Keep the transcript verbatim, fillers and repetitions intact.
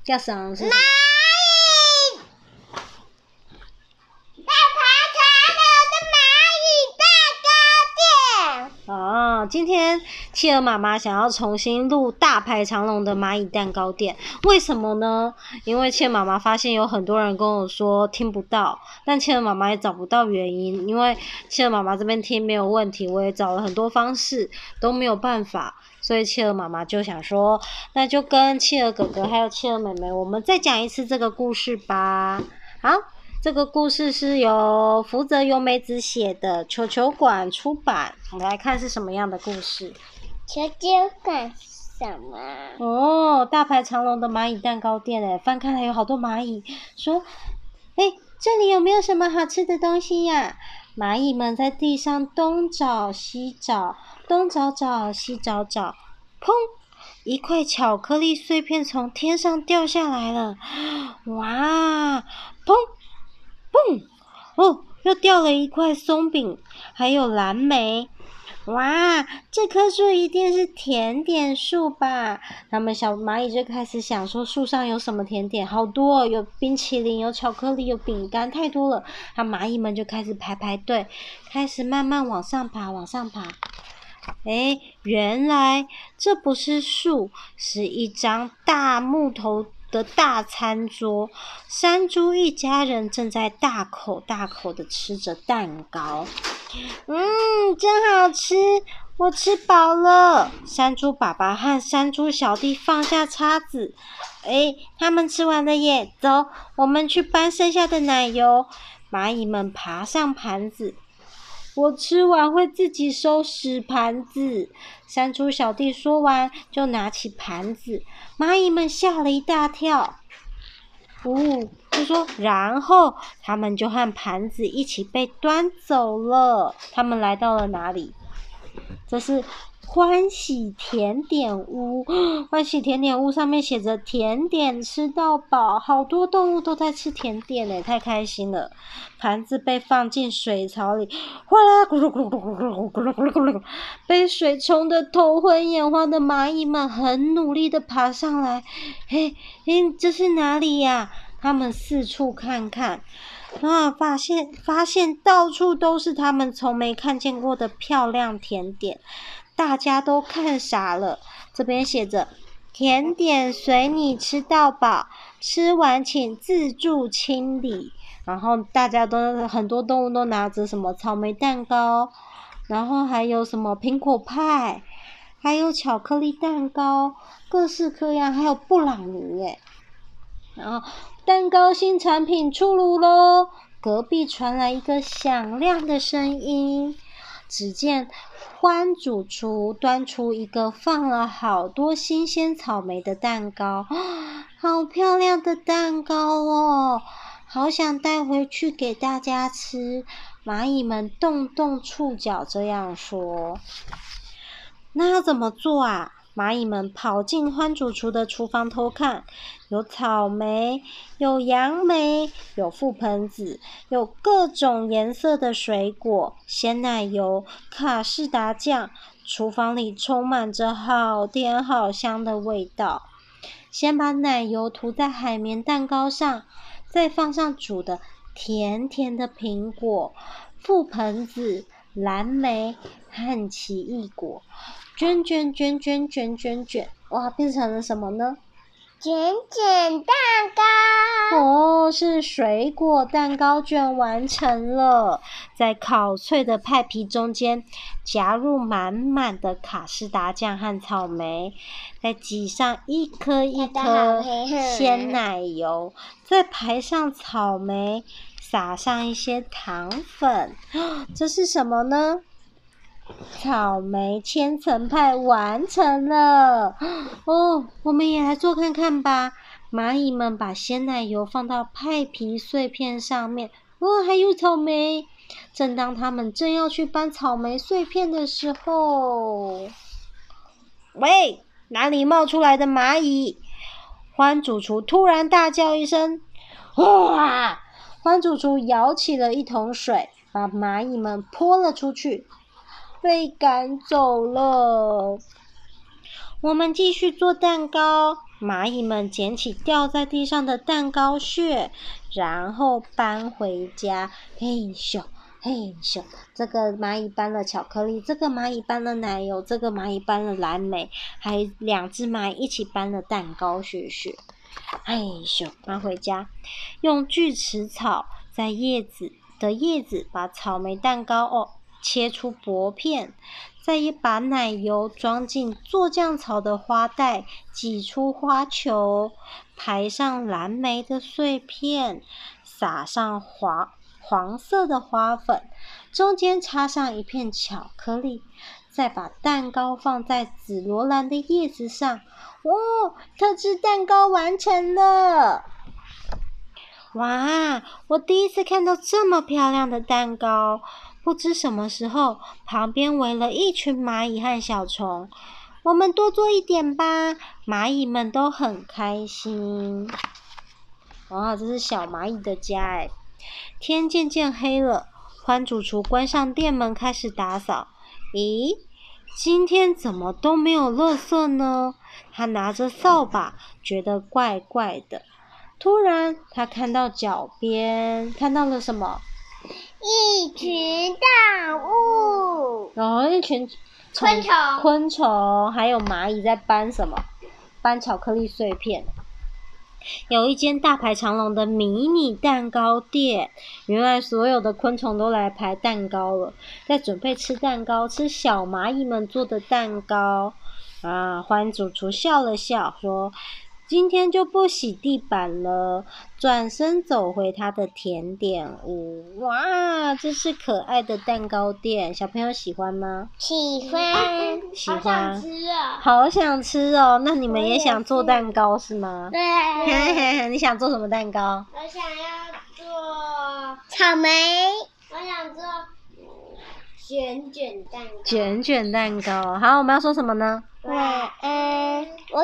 叫什么？是什么？ 蚂蚁，在排长龙的蚂蚁蛋糕店。 哦，今天企鹅妈妈想要重新录大排长龙的蚂蚁蛋糕店，为什么呢？因为企鹅妈妈发现有很多人跟我说听不到，但企鹅妈妈也找不到原因，因为企鹅妈妈这边听没有问题，我也找了很多方式都没有办法，所以企鹅妈妈就想说，那就跟企鹅哥哥还有企鹅妹妹，我们再讲一次这个故事吧。好。这个故事是由福泽由美子写的，球球馆出版。我们来看是什么样的故事。 球球馆什么？ 哦，大排长龙的蚂蚁蛋糕店诶，翻开来有好多蚂蚁，说：“哎，这里有没有什么好吃的东西呀？”蚂蚁们在地上东找西找，东找找西找找，砰！一块巧克力碎片从天上掉下来了，哇！砰！砰！哦，又掉了一块松饼，还有蓝莓。哇，这棵树一定是甜点树吧？他们小蚂蚁就开始想说，树上有什么甜点？好多哦，有冰淇淋，有巧克力，有饼干，太多了。那蚂蚁们就开始排排队，开始慢慢往上爬，往上爬。诶，原来这不是树，是一张大木头的大餐桌，山猪一家人正在大口大口的吃着蛋糕。嗯，真好吃，我吃饱了。山猪爸爸和山猪小弟放下叉子，诶，他们吃完了耶，走，我们去搬剩下的奶油。蚂蚁们爬上盘子。我吃完会自己收拾盘子。山猪小弟说完，就拿起盘子。蚂蚁们吓了一大跳。呜、哦，就说，然后他们就和盘子一起被端走了。他们来到了哪里？这是欢喜甜点屋，欢喜甜点屋上面写着甜点吃到饱，好多动物都在吃甜点耶，太开心了。盘子被放进水槽里，哗啦咕噜咕噜咕噜咕噜咕噜咕噜咕噜，被水冲得头昏眼花的蚂蚁们很努力的爬上来。嘿，嘿，这是哪里呀？他们四处看看。啊！发现发现到处都是他们从没看见过的漂亮甜点，大家都看傻了。这边写着：甜点随你吃到饱，吃完请自助清理。然后大家都很多动物都拿着什么草莓蛋糕，然后还有什么苹果派，还有巧克力蛋糕，各式各样，还有布朗尼耶。然后蛋糕新产品出炉咯！隔壁传来一个响亮的声音，只见欢主厨端出一个放了好多新鲜草莓的蛋糕，好漂亮的蛋糕哦！好想带回去给大家吃。蚂蚁们动动触角这样说。那要怎么做啊？蚂蚁们跑进欢主厨的厨房偷看，有草莓，有杨梅，有覆盆子，有各种颜色的水果，鲜奶油，卡士达酱，厨房里充满着好甜好香的味道。先把奶油涂在海绵蛋糕上，再放上煮的甜甜的苹果、覆盆子、蓝莓和奇异果。卷卷卷卷卷卷卷，哇，变成了什么呢？ 卷卷蛋糕。 哦，是水果蛋糕卷完成了。在烤脆的派皮中间夹入满满的卡士达酱和草莓，再挤上一颗一颗鲜奶油，再排上草莓，撒上一些糖粉。这是什么呢？草莓千层派完成了哦，我们也来做看看吧。蚂蚁们把鲜奶油放到派皮碎片上面，哦，还有草莓。正当他们正要去搬草莓碎片的时候，喂，哪里冒出来的蚂蚁？欢主厨突然大叫一声，哇！欢主厨舀起了一桶水，把蚂蚁们泼了出去。被赶走了。 我们继续做蛋糕。蚂蚁们捡起掉在地上的蛋糕屑，然后搬回家。嘿咻嘿咻，这个蚂蚁搬了巧克力，这个蚂蚁搬了奶油，这个蚂蚁搬了蓝莓，还两只蚂蚁一起搬了蛋糕屑屑。嘿咻，搬回家，用锯齿草在叶子的叶子把草莓蛋糕哦切出薄片。再把奶油装进做酱草的花袋，挤出花球，排上蓝莓的碎片，撒上黄黄色的花粉，中间插上一片巧克力，再把蛋糕放在紫罗兰的叶子上。哦，特制蛋糕完成了！哇，我第一次看到这么漂亮的蛋糕。不知什么时候，旁边围了一群蚂蚁和小虫。我们多做一点吧，蚂蚁们都很开心。哇，这是小蚂蚁的家哎。天渐渐黑了，欢主厨关上店门，开始打扫。咦，今天怎么都没有垃圾呢？他拿着扫把，觉得怪怪的。突然，他看到脚边，看到了什么？ 一群动物， 然后一群昆虫， 昆虫还有蚂蚁在搬什么？搬巧克力碎片。有一间大排长龙的迷你蛋糕店，原来所有的昆虫都来排蛋糕了，在准备吃蛋糕，吃小蚂蚁们做的蛋糕。啊，欢主厨笑了笑，说：“今天就不洗地板了。”转身走回他的甜点屋。哇，这是可爱的蛋糕店，小朋友喜欢吗？ 喜欢， 喜欢， 好想吃哦！ 好想吃哦！那你们也想做蛋糕是吗？ 对。 你想做什么蛋糕？ 我想要做草莓，我想做卷卷蛋糕。 卷卷蛋糕。好，我们要说什么呢？ 晚安。